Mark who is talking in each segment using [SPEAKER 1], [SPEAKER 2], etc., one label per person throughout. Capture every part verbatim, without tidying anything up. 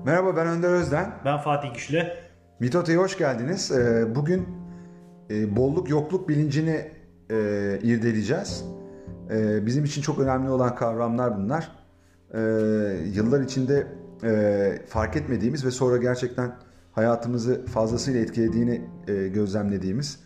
[SPEAKER 1] Merhaba, ben Önder Özden.
[SPEAKER 2] Ben Fatih Güçlü.
[SPEAKER 1] Mitota'ya hoş geldiniz. Bugün bolluk yokluk bilincini irdeleyeceğiz. Bizim için çok önemli olan kavramlar bunlar. Yıllar içinde fark etmediğimiz ve sonra gerçekten hayatımızı fazlasıyla etkilediğini gözlemlediğimiz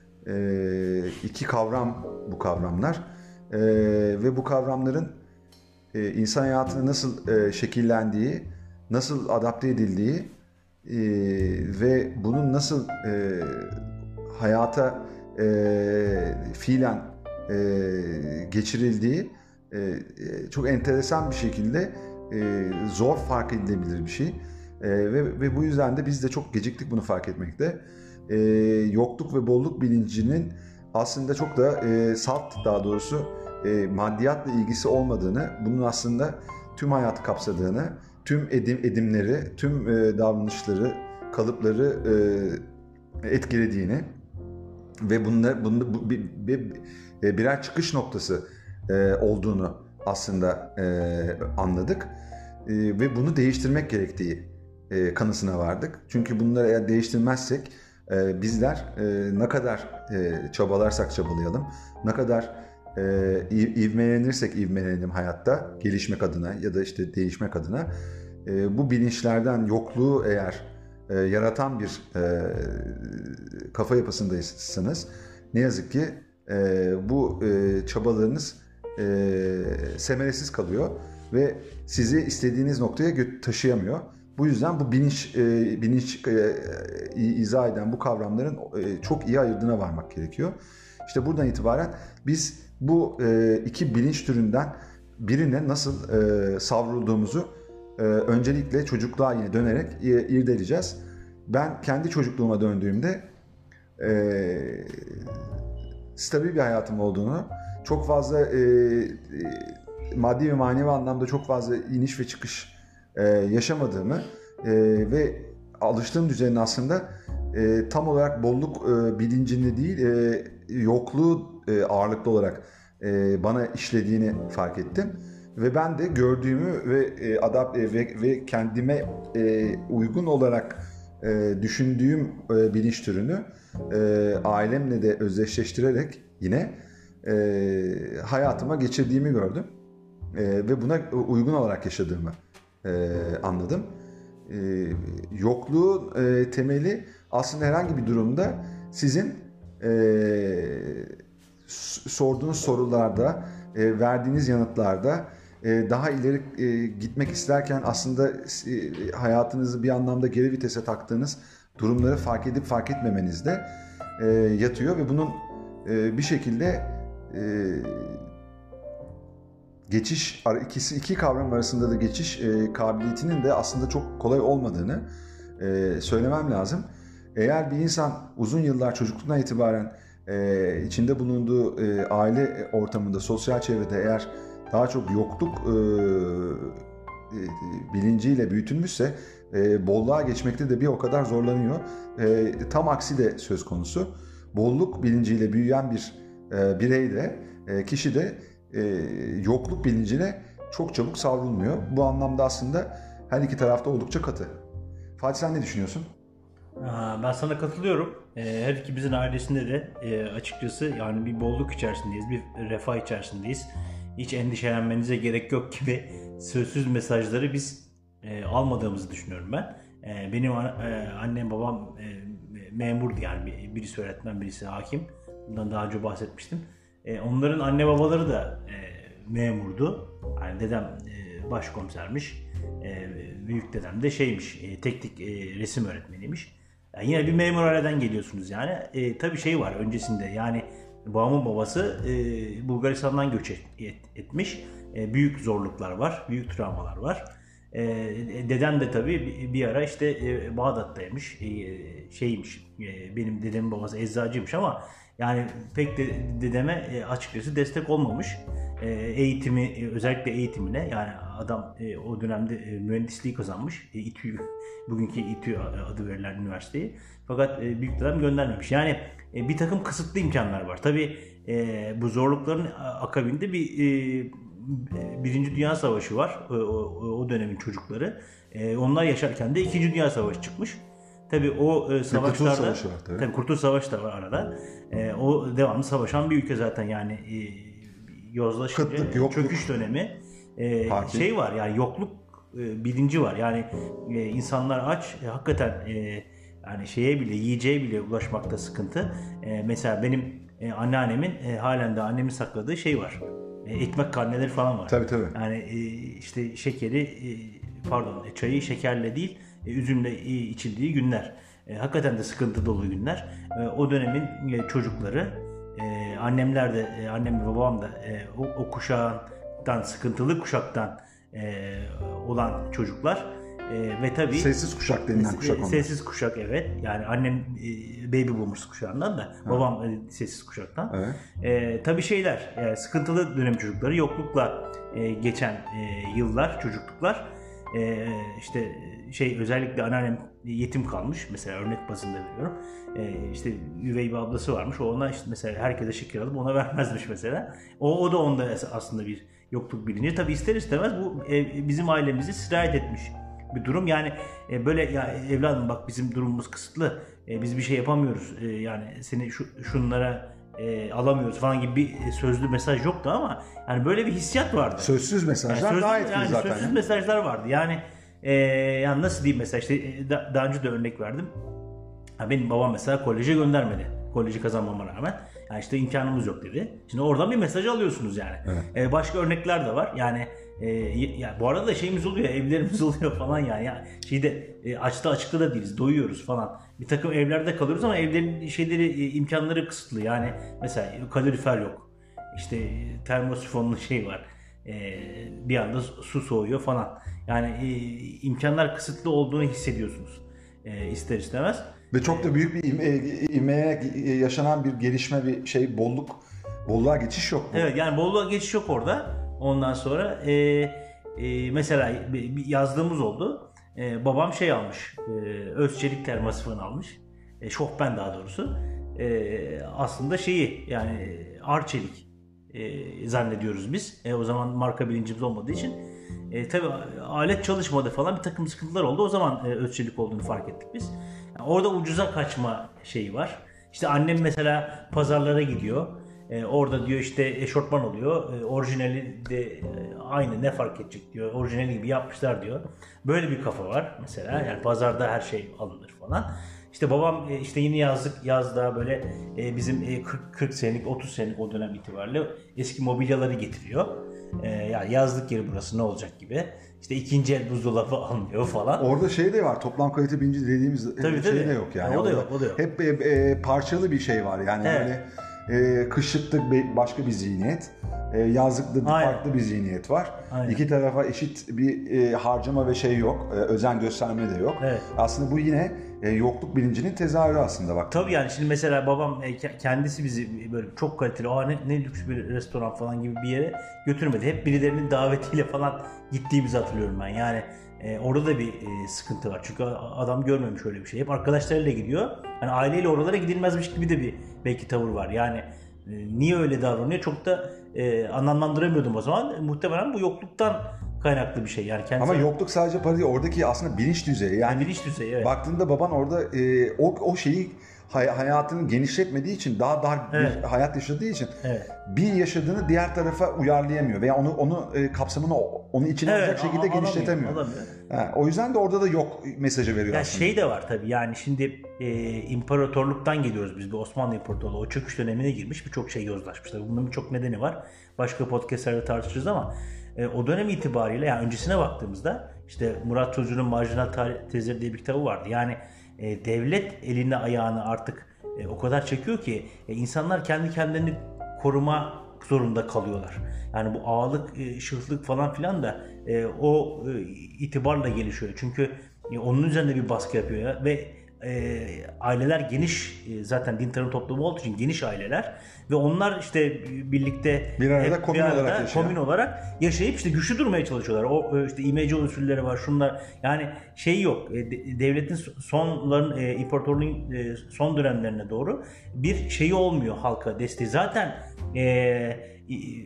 [SPEAKER 1] iki kavram bu kavramlar. Ve bu kavramların insan hayatını nasıl şekillendiği, nasıl adapte edildiği e, ve bunun nasıl e, hayata e, fiilen e, geçirildiği e, e, çok enteresan bir şekilde e, zor fark edilebilir bir şey. E, ve, ve bu yüzden de biz de çok geciktik bunu fark etmekte. E, yokluk ve bolluk bilincinin aslında çok da e, salt, daha doğrusu e, maddiyatla ilgisi olmadığını, bunun aslında tüm hayatı kapsadığını, tüm edim edimleri, tüm e, davranışları, kalıpları e, etkilediğini ve bunlar bunu bu, bir, bir, birer çıkış noktası e, olduğunu aslında e, anladık e, ve bunu değiştirmek gerektiği e, kanısına vardık. Çünkü bunları eğer değiştirmezsek e, bizler e, ne kadar e, çabalarsak çabalayalım, ne kadar Ee, ivmelenirsek ivmelenelim hayatta, gelişmek adına ya da işte değişmek adına, e, bu bilinçlerden yokluğu eğer e, yaratan bir e, kafa yapısındaysanız ne yazık ki e, bu e, çabalarınız e, semeresiz kalıyor ve sizi istediğiniz noktaya taşıyamıyor. Bu yüzden bu bilinç e, bilinç e, izah eden bu kavramların e, çok iyi ayırdığına varmak gerekiyor. İşte buradan itibaren biz bu e, iki bilinç türünden birine nasıl e, savrulduğumuzu e, öncelikle çocukluğa yine dönerek e, irdeleyeceğiz. Ben kendi çocukluğuma döndüğümde e, stabil bir hayatım olduğunu, çok fazla e, e, maddi ve manevi anlamda çok fazla iniş ve çıkış e, yaşamadığımı e, ve alıştığım düzenin aslında e, tam olarak bolluk e, bilincini değil, e, yokluğu e, ağırlıklı olarak e, bana işlediğini fark ettim ve ben de gördüğümü ve e, adapt e, ve, ve kendime e, uygun olarak e, düşündüğüm e, bilinç türünü e, ailemle de özdeşleştirerek yine e, hayatıma geçirdiğimi gördüm e, ve buna uygun olarak yaşadığımı e, anladım. E, yokluğun e, temeli aslında herhangi bir durumda sizin e, sorduğunuz sorularda, e, verdiğiniz yanıtlarda e, daha ileri e, gitmek isterken aslında e, hayatınızı bir anlamda geri vitese taktığınız durumları fark edip fark etmemenizde e, yatıyor ve bunun e, bir şekilde e, geçiş, ikisi iki kavram arasında da geçiş e, kabiliyetinin de aslında çok kolay olmadığını e, söylemem lazım. Eğer bir insan uzun yıllar çocukluktan itibaren e, içinde bulunduğu e, aile ortamında, sosyal çevrede eğer daha çok yokluk e, e, bilinciyle büyütülmüşse e, bolluğa geçmekte de bir o kadar zorlanıyor. E, tam aksi de söz konusu. Bolluk bilinciyle büyüyen bir e, birey de, e, kişi de e, yokluk bilincine çok çabuk savrulmuyor. Bu anlamda aslında her iki tarafta oldukça katı. Fatih, sen ne düşünüyorsun?
[SPEAKER 2] Ben sana katılıyorum. Her ikimizin ailesinde de açıkçası yani bir bolluk içerisindeyiz, bir refah içerisindeyiz. Hiç endişelenmenize gerek yok gibi sözsüz mesajları biz almadığımızı düşünüyorum ben. Benim annem babam memurdu, yani birisi öğretmen, birisi hakim. Bundan daha önce bahsetmiştim. Onların anne babaları da memurdu. Yani dedem başkomisermiş. Büyük dedem de şeymiş, teknik resim öğretmeniymiş. Yani yine bir memur aileden geliyorsunuz yani. E, tabii şey var öncesinde, yani babamın babası e, Bulgaristan'dan göç et, et, etmiş. E, büyük zorluklar var, büyük travmalar var. E, dedem de tabii bir, bir ara işte e, Bağdat'taymış, e, şeymiş, e, benim dedemin babası eczacıymış ama yani pek de dedeme e, açıkçası destek olmamış. E, eğitimi, e, özellikle eğitimine, yani adam e, o dönemde e, mühendisliği kazanmış. E, İTÜ, bugünkü İTÜ adı verilen üniversiteyi. Fakat e, büyük dedem göndermemiş. Yani e, bir takım kısıtlı imkanlar var. Tabii e, bu zorlukların akabinde bir e, Birinci Dünya Savaşı var. O, o, o dönemin çocukları. E, onlar yaşarken de İkinci Dünya Savaşı çıkmış. Tabii o e, savaşlarda
[SPEAKER 1] Kurtuluş Savaşı var tabii.
[SPEAKER 2] Tabii Kurtuluş Savaşı da var arada. E, o devamlı savaşan bir ülke zaten yani e, yozlaşınca
[SPEAKER 1] Kıtlık, yokluk.
[SPEAKER 2] çöküş dönemi e, şey var yani yokluk e, bilinci var. Yani e, insanlar aç e, hakikaten e, yani şeye bile yiyeceğe bile ulaşmakta sıkıntı. E, mesela benim e, anneannemin e, halen de annemin sakladığı şey var. E, ekmek karneleri falan var.
[SPEAKER 1] Tabii tabii.
[SPEAKER 2] Yani e, işte şekeri e, pardon çayı şekerle değil e, üzümle e, içildiği günler. E, hakikaten de sıkıntı dolu günler. E, o dönemin e, çocukları e, annemler de e, annem ve babam da e, o, o kuşağından sıkıntılı kuşaktan e, olan çocuklar. Ee, ve tabii
[SPEAKER 1] sessiz kuşak denilen kuşak onlar.
[SPEAKER 2] Sessiz kuşak evet. Yani annem e, baby boomers kuşağından da ha. babam e, sessiz kuşaktan.
[SPEAKER 1] Evet.
[SPEAKER 2] E, tabii şeyler yani sıkıntılı dönem çocukları yoklukla e, geçen e, yıllar çocukluklar e, işte şey özellikle anneannem yetim kalmış mesela örnek bazında veriyorum. E, işte üvey bir ablası varmış. O ona işte mesela herkese şeker alıp ona vermezmiş mesela. O o da onda aslında bir yokluk bilinci. Tabii ister istemez bu e, bizim ailemizi sirayet etmiş bir durum. Yani e, böyle ya evladım bak bizim durumumuz kısıtlı. E, biz bir şey yapamıyoruz. E, yani seni şu şunlara e, alamıyoruz falan gibi bir sözlü mesaj yoktu ama yani böyle bir hissiyat vardı.
[SPEAKER 1] Sözsüz mesajlar yani sözlü, daha etkili
[SPEAKER 2] yani
[SPEAKER 1] zaten.
[SPEAKER 2] Sözsüz
[SPEAKER 1] yani.
[SPEAKER 2] mesajlar vardı. Yani e, yani nasıl diyeyim mesela işte e, da, daha önce de örnek verdim. Ha, benim babam mesela koleje göndermedi. Koleji kazanmama rağmen. Yani işte imkanımız yok dedi. Şimdi oradan bir mesaj alıyorsunuz yani.
[SPEAKER 1] Evet.
[SPEAKER 2] E, başka örnekler de var. Yani e, ya bu arada da şeyimiz oluyor, evlerimiz oluyor falan yani. yani şeyde e, açta açıkta da değiliz, doyuyoruz falan. Bir takım evlerde kalıyoruz ama evlerin şeyleri e, imkanları kısıtlı. Yani mesela kalorifer yok. İşte termosifonlu şey var. E, bir anda su soğuyor falan. Yani e, imkanlar kısıtlı olduğunu hissediyorsunuz. E, ister istemez.
[SPEAKER 1] Ve çok da büyük bir ivmeye yaşanan bir gelişme, bir şey, bolluk, bolluğa geçiş yok. Bu.
[SPEAKER 2] Evet yani bolluğa geçiş yok orada. Ondan sonra e, e, mesela bir yazdığımız oldu. E, babam şey almış, e, Özçelik termosifon almış. E, Şofben daha doğrusu. E, aslında şeyi yani Arçelik e, zannediyoruz biz. E, o zaman marka bilincimiz olmadığı için. E, tabii alet çalışmadı falan bir takım sıkıntılar oldu. O zaman e, Özçelik olduğunu fark ettik biz. Yani orada ucuza kaçma şeyi var. İşte annem mesela pazarlara gidiyor. Ee, orada diyor işte eşortman oluyor. Ee, orijinali de e, aynı ne fark edecek diyor. Orijinali gibi yapmışlar diyor. Böyle bir kafa var mesela. Yani pazarda her şey alınır falan. İşte babam e, işte yine yazlık yazda böyle e, bizim e, kırk, kırk senelik otuz senelik o dönem itibariyle eski mobilyaları getiriyor. E, yani yazlık yeri burası ne olacak gibi. İşte ikinci el buzdolabı almıyor falan.
[SPEAKER 1] Orada şey de var. Toplam kalite bilinci dediğimiz
[SPEAKER 2] tabii,
[SPEAKER 1] şey
[SPEAKER 2] tabii.
[SPEAKER 1] de yok yani.
[SPEAKER 2] yani o da
[SPEAKER 1] Orada
[SPEAKER 2] yok, o da yok.
[SPEAKER 1] Hep e, e, parçalı bir şey var yani
[SPEAKER 2] Evet.
[SPEAKER 1] böyle e, kışlıkta başka bir zihniyet, e, yazlıkta
[SPEAKER 2] Aynen.
[SPEAKER 1] farklı bir zihniyet var.
[SPEAKER 2] Aynen.
[SPEAKER 1] İki tarafa eşit bir e, harcama ve şey yok, e, özen gösterme de yok.
[SPEAKER 2] Evet.
[SPEAKER 1] Aslında bu yine e, yokluk bilincinin tezahürü aslında bak.
[SPEAKER 2] Tabii yani şimdi mesela babam e, kendisi bizi böyle çok kaliteli, aa ne, ne lüks bir restoran falan gibi bir yere götürmedi. Hep birilerinin davetiyle falan gittiğimizi hatırlıyorum ben. Yani e, orada da bir e, sıkıntı var. Çünkü adam görmemiş öyle bir şey. Hep arkadaşlarıyla gidiyor. Hani aileyle oralara gidilmezmiş gibi de bir belki tavır var. Yani e, niye öyle davranıyor çok da e, anlamlandıramıyordum o zaman. Muhtemelen bu yokluktan kaynaklı bir şey. Yani kendisi...
[SPEAKER 1] Ama yokluk sadece para değil. Oradaki aslında bilinç düzeyi. Yani,
[SPEAKER 2] yani bilinç düzeyi evet.
[SPEAKER 1] Baktığında baban orada e, o, o şeyi hay- hayatını genişletmediği için, daha dar
[SPEAKER 2] Evet.
[SPEAKER 1] bir hayat yaşadığı için
[SPEAKER 2] Evet.
[SPEAKER 1] bir yaşadığını diğer tarafa uyarlayamıyor veya onu onu e, kapsamını onu içine
[SPEAKER 2] Evet,
[SPEAKER 1] alacak şekilde
[SPEAKER 2] alamıyor,
[SPEAKER 1] genişletemiyor.
[SPEAKER 2] alamıyor.
[SPEAKER 1] Ha, o yüzden de orada da yok mesajı veriyor
[SPEAKER 2] Ya
[SPEAKER 1] aslında.
[SPEAKER 2] şey de var tabii yani şimdi e, imparatorluktan geliyoruz biz, bir Osmanlı İmparatorluğu o çöküş dönemine girmiş, birçok şey yozlaşmış. Bunun birçok nedeni var. Başka podcastlerde tartışırız ama e, o dönem itibariyle yani öncesine baktığımızda işte Murat Tuzcu'nun Marjinal Tezleri diye bir kitabı vardı. Yani e, devlet elini ayağını artık e, o kadar çekiyor ki e, insanlar kendi kendilerini koruma zorunda kalıyorlar. Yani bu ağalık, e, şıhlık falan filan da e, o e, itibarla gelişiyor. Çünkü e, onun üzerinde bir baskı yapıyor ya. Ve e, aileler geniş, e, zaten din tarım toplumu olduğu için geniş aileler ve onlar işte birlikte
[SPEAKER 1] Bir arada
[SPEAKER 2] hep
[SPEAKER 1] komün olarak yaşıyor.
[SPEAKER 2] komün olarak yaşayıp işte güçlü durmaya çalışıyorlar. O e, işte imece usulleri var, şunlar. Yani şey yok. E, de, devletin sonların e, imparatorluğun e, son dönemlerine doğru bir şeyi olmuyor halka desteği. Zaten e,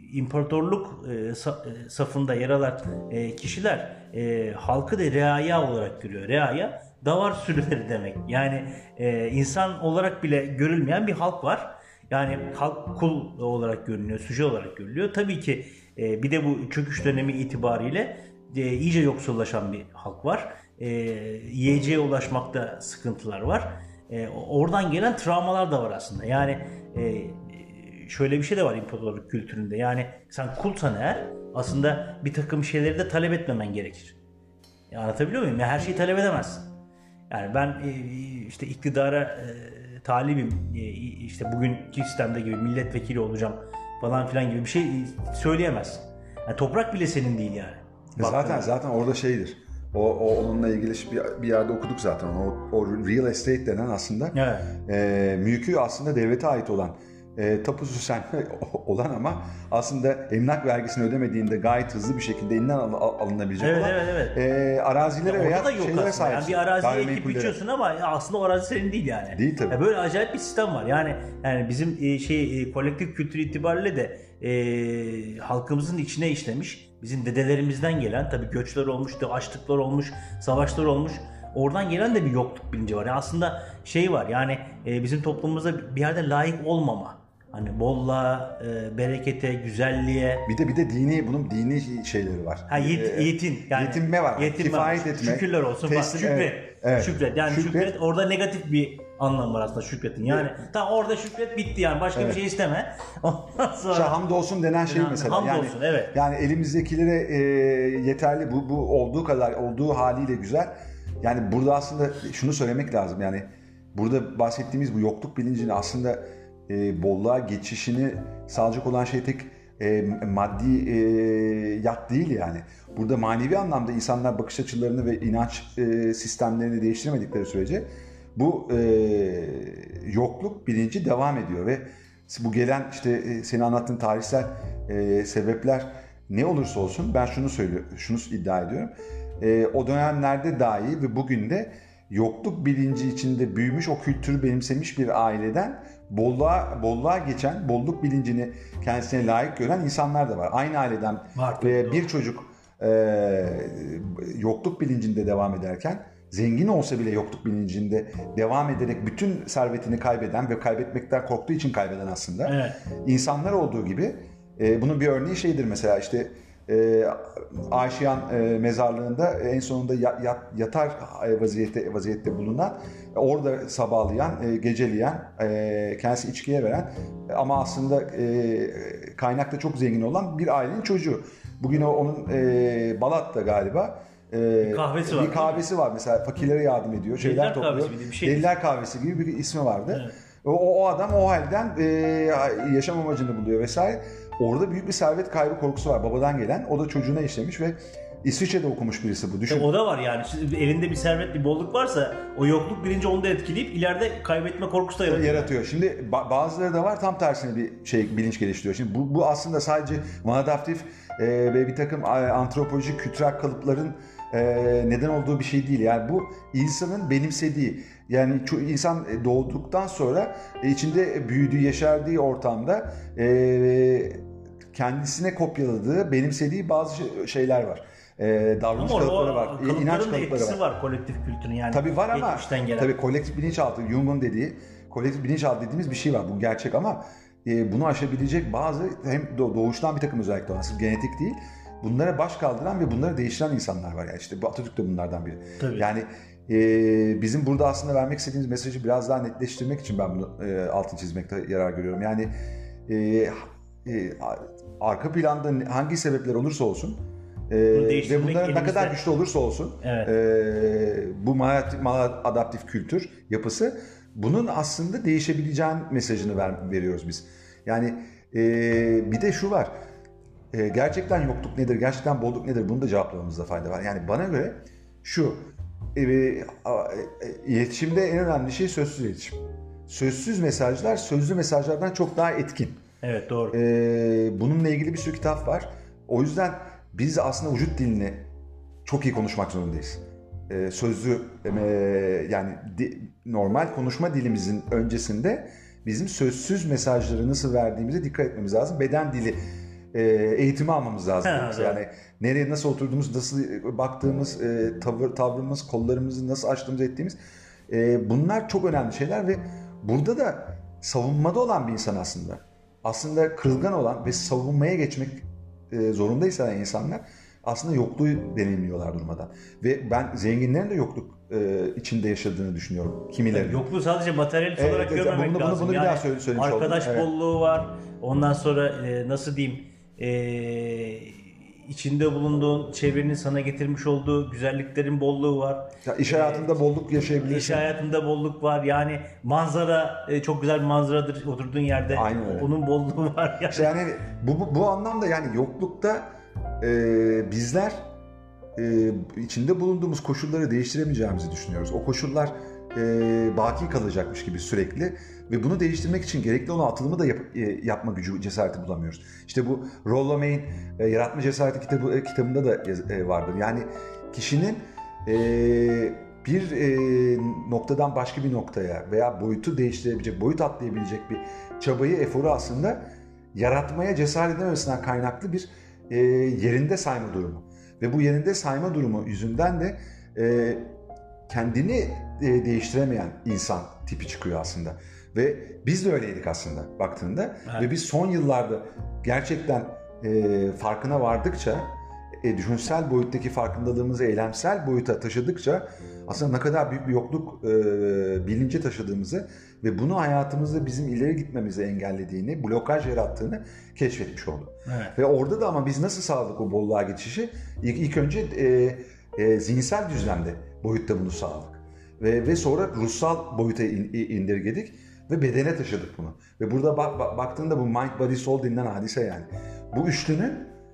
[SPEAKER 2] imparatorluk e, safında yer alan e, kişiler e, halkı da reaya olarak görüyor. Reaya davar sürüleri demek. Yani e, insan olarak bile görülmeyen bir halk var. Yani halk kul olarak görünüyor, süje olarak görülüyor. Tabii ki e, bir de bu çöküş dönemi itibariyle e, iyice yoksullaşan bir halk var. E, yiyeceğe ulaşmakta sıkıntılar var. E, oradan gelen travmalar da var aslında. Yani e, şöyle bir şey de var imparatorluk kültüründe. Yani sen kulsan eğer aslında bir takım şeyleri de talep etmemen gerekir. Ya anlatabiliyor muyum? Ya her şeyi talep edemezsin. Yani ben e, işte iktidara e, talibim, e, işte bugünkü sistemde gibi milletvekili olacağım falan filan gibi bir şey söyleyemezsin. Yani toprak bile senin değil yani.
[SPEAKER 1] Zaten Baktığında. zaten orada şeydir. O, o onunla ilgili bir, bir yerde okuduk zaten. O, o real estate denen aslında
[SPEAKER 2] evet.
[SPEAKER 1] e, mülkü aslında devlete ait olan e, tapusu sen olan ama aslında emlak vergisini ödemediğinde gayet hızlı bir şekilde elinden al, al, alınabilecek
[SPEAKER 2] evet,
[SPEAKER 1] olan
[SPEAKER 2] evet, evet.
[SPEAKER 1] E, arazilere
[SPEAKER 2] ya
[SPEAKER 1] veya
[SPEAKER 2] şeylere sahipsin. Yani bir araziye ekip biçiyorsun ama aslında o arazi senin değil yani.
[SPEAKER 1] Değil tabii.
[SPEAKER 2] Ya böyle acayip bir sistem var. Yani yani bizim e, şey e, kolektif kültür itibariyle de e, halkımızın içine işlemiş. Bizim dedelerimizden gelen tabii göçler olmuş, açlıklar olmuş, savaşlar olmuş. Oradan gelen de bir yokluk bilinci var. Yani aslında şey var yani e, bizim toplumumuzda bir yerde layık olmama. Hani bolluğa, e, berekete, güzelliğe.
[SPEAKER 1] Bir de bir de dini bunun dini şeyleri var.
[SPEAKER 2] Ha yet,
[SPEAKER 1] ee,
[SPEAKER 2] yetin yani.
[SPEAKER 1] Yetinme var.
[SPEAKER 2] Yetinme
[SPEAKER 1] kifayet
[SPEAKER 2] var.
[SPEAKER 1] etme.
[SPEAKER 2] Şükürler olsun.
[SPEAKER 1] Teslim,
[SPEAKER 2] şükret.
[SPEAKER 1] Evet, evet.
[SPEAKER 2] Şükret. Yani şükret. şükret orada negatif bir anlam var aslında şükretin. Yani evet. Tam orada şükret bitti yani. Başka evet. bir şey isteme. Ondan sonra
[SPEAKER 1] işte hamdolsun denen şey
[SPEAKER 2] yani,
[SPEAKER 1] mesela.
[SPEAKER 2] Hamdolsun
[SPEAKER 1] yani,
[SPEAKER 2] evet.
[SPEAKER 1] Yani elimizdekilere e, yeterli bu bu olduğu kadar olduğu haliyle güzel. Yani burada aslında şunu söylemek lazım. Yani burada bahsettiğimiz bu yokluk bilincini aslında e, bolluğa geçişini sağlayacak olan şey tek e, maddi e, yat değil yani. Burada manevi anlamda insanlar bakış açılarını ve inanç e, sistemlerini değiştirmedikleri sürece bu e, yokluk bilinci devam ediyor ve bu gelen işte e, senin anlattığın tarihsel e, sebepler ne olursa olsun ben şunu söylüyorum, şunu iddia ediyorum. E, o dönemlerde dahi ve bugün de yokluk bilinci içinde büyümüş, o kültürü benimsemiş bir aileden bolluğa, bolluğa geçen, bolluk bilincini kendisine layık gören insanlar da var. Aynı aileden
[SPEAKER 2] var,
[SPEAKER 1] ve
[SPEAKER 2] doğru.
[SPEAKER 1] bir çocuk e, yokluk bilincinde devam ederken, zengin olsa bile yokluk bilincinde devam ederek bütün servetini kaybeden ve kaybetmekten korktuğu için kaybeden aslında
[SPEAKER 2] evet.
[SPEAKER 1] insanlar olduğu gibi e, bunun bir örneği şeydir mesela işte e, Aşiyan e, mezarlığında en sonunda yat, yat, yatar vaziyette vaziyette bulunan, orada sabahlayan, e, geceleyen, e, kendisi içkiye veren ama aslında e, kaynakta çok zengin olan bir ailenin çocuğu. Bugün o, onun e, Balat'ta galiba
[SPEAKER 2] Ee, bir kahvesi var.
[SPEAKER 1] Bir kahvesi var mesela, fakirlere yardım ediyor, şeyler
[SPEAKER 2] Deliler
[SPEAKER 1] topluyor.
[SPEAKER 2] Kahvesi bir şey.
[SPEAKER 1] Deliler Kahvesi gibi bir ismi vardı.
[SPEAKER 2] Evet.
[SPEAKER 1] O, o adam o halden e, yaşam amacını buluyor vesaire. Orada büyük bir servet kaybı korkusu var babadan gelen. O da çocuğuna işlemiş ve İsviçre'de okumuş birisi bu. Düşün.
[SPEAKER 2] E, o da var yani. Şimdi elinde bir servet, bir bolluk varsa o yokluk bilinci onu da etkileyip ileride kaybetme korkusu da yaratıyor.
[SPEAKER 1] yaratıyor. Şimdi bazıları da var tam tersine bir şey bilinç geliştiriyor. Şimdi bu, bu aslında sadece maladaptif e, ve bir takım antropolojik kültürel kalıpların e, neden olduğu bir şey değil. Yani bu insanın benimsediği, yani insan doğduktan sonra içinde büyüdüğü, yaşardığı ortamda e, kendisine kopyaladığı, benimsediği bazı şeyler var. Ee, davranış kalıpları var, inanç kalıpları var.
[SPEAKER 2] var kolektif kültürün yani.
[SPEAKER 1] Tabii var ama tabii kolektif bilinçaltı, Jung'un dediği kolektif bilinçaltı dediğimiz bir şey var. Bu gerçek ama e, bunu aşabilecek bazı hem doğuştan bir takım özellikler var. Sırf genetik değil. Bunlara baş kaldıran ve bunları değiştiren insanlar var. Yani işte Atatürk de bunlardan biri.
[SPEAKER 2] Tabii.
[SPEAKER 1] Yani e, bizim burada aslında vermek istediğimiz mesajı biraz daha netleştirmek için ben bunu e, altını çizmekte yarar görüyorum. Yani e, e, arka planda hangi sebepler olursa olsun Ee, ve bunların elimizde ne kadar güçlü olursa olsun
[SPEAKER 2] evet.
[SPEAKER 1] e, bu maladaptif kültür yapısı bunun aslında değişebileceğin mesajını ver, veriyoruz biz. Yani e, bir de şu var, e, gerçekten yokluk nedir, gerçekten bolluk nedir, bunu da cevaplamamızda fayda var. Yani bana göre şu, e, e, iletişimde en önemli şey sözsüz iletişim. Sözsüz mesajlar sözlü mesajlardan çok daha etkin.
[SPEAKER 2] Evet, doğru.
[SPEAKER 1] E, bununla ilgili bir sürü kitap var. O yüzden biz aslında vücut dilini çok iyi konuşmak zorundayız. Ee, sözlü e, yani di, normal konuşma dilimizin öncesinde bizim sözsüz mesajları nasıl verdiğimize dikkat etmemiz lazım. Beden dili e, eğitimi almamız lazım.
[SPEAKER 2] Ha,
[SPEAKER 1] yani nereye nasıl oturduğumuz, nasıl baktığımız, e, tavır, tavrımız, kollarımızı nasıl açtığımız, ettiğimiz e, bunlar çok önemli şeyler ve burada da savunmada olan bir insan aslında. Aslında kırılgan olan ve savunmaya geçmek e, zorundaysa insanlar aslında yokluğu deneyimliyorlar durmadan. Ve ben zenginlerin de yokluk e, içinde yaşadığını düşünüyorum kimilerinin.
[SPEAKER 2] Yani yokluğu sadece materyal
[SPEAKER 1] evet,
[SPEAKER 2] olarak
[SPEAKER 1] evet,
[SPEAKER 2] görmemek
[SPEAKER 1] bunu,
[SPEAKER 2] lazım.
[SPEAKER 1] Bunu, bunu
[SPEAKER 2] yani
[SPEAKER 1] bir daha söyle, söylemiş
[SPEAKER 2] arkadaş
[SPEAKER 1] oldum.
[SPEAKER 2] bolluğu var. Ondan sonra e, nasıl diyeyim e, içinde bulunduğun çevrenin sana getirmiş olduğu güzelliklerin bolluğu var.
[SPEAKER 1] Ya iş hayatında ee, bolluk yaşayabilirsin.
[SPEAKER 2] İş hayatında bolluk var. Yani manzara e, çok güzel bir manzaradır oturduğun yerde.
[SPEAKER 1] Aynen öyle.
[SPEAKER 2] Onun bolluğu var. Yani.
[SPEAKER 1] İşte yani bu, bu, bu anlamda yani yoklukta e, bizler e, içinde bulunduğumuz koşulları değiştiremeyeceğimizi düşünüyoruz. O koşullar e, baki kalacakmış gibi sürekli ve bunu değiştirmek için gerekli olan atılımı da yap, e, yapma gücü, cesareti bulamıyoruz. İşte bu Rollo May'in e, Yaratma Cesareti kitabı, e, kitabında da e, vardır. Yani kişinin e, bir e, noktadan başka bir noktaya veya boyutu değiştirebilecek, boyut atlayabilecek bir çabayı, eforu aslında yaratmaya cesaret edememesinden kaynaklı bir e, yerinde sayma durumu. Ve bu yerinde sayma durumu yüzünden de e, kendini e, değiştiremeyen insan tipi çıkıyor aslında. Ve biz de öyleydik aslında baktığında. Evet. Ve biz son yıllarda gerçekten e, farkına vardıkça, e, düşünsel boyuttaki farkındalığımızı eylemsel boyuta taşıdıkça aslında ne kadar büyük bir yokluk e, bilinci taşıdığımızı ve bunu hayatımızda bizim ileri gitmemizi engellediğini, blokaj yarattığını keşfetmiş olduk. Evet. Ve orada da ama biz nasıl sağladık o bolluğa geçişi? İlk, ilk önce e, e, zihinsel düzlemde boyutta bunu sağladık. Ve, ve sonra ruhsal boyuta in, indirgedik ve bedene taşıdık bunu. Ve burada bak, bak, baktığında bu mind, body, soul denilen hadise yani. Bu üçlünün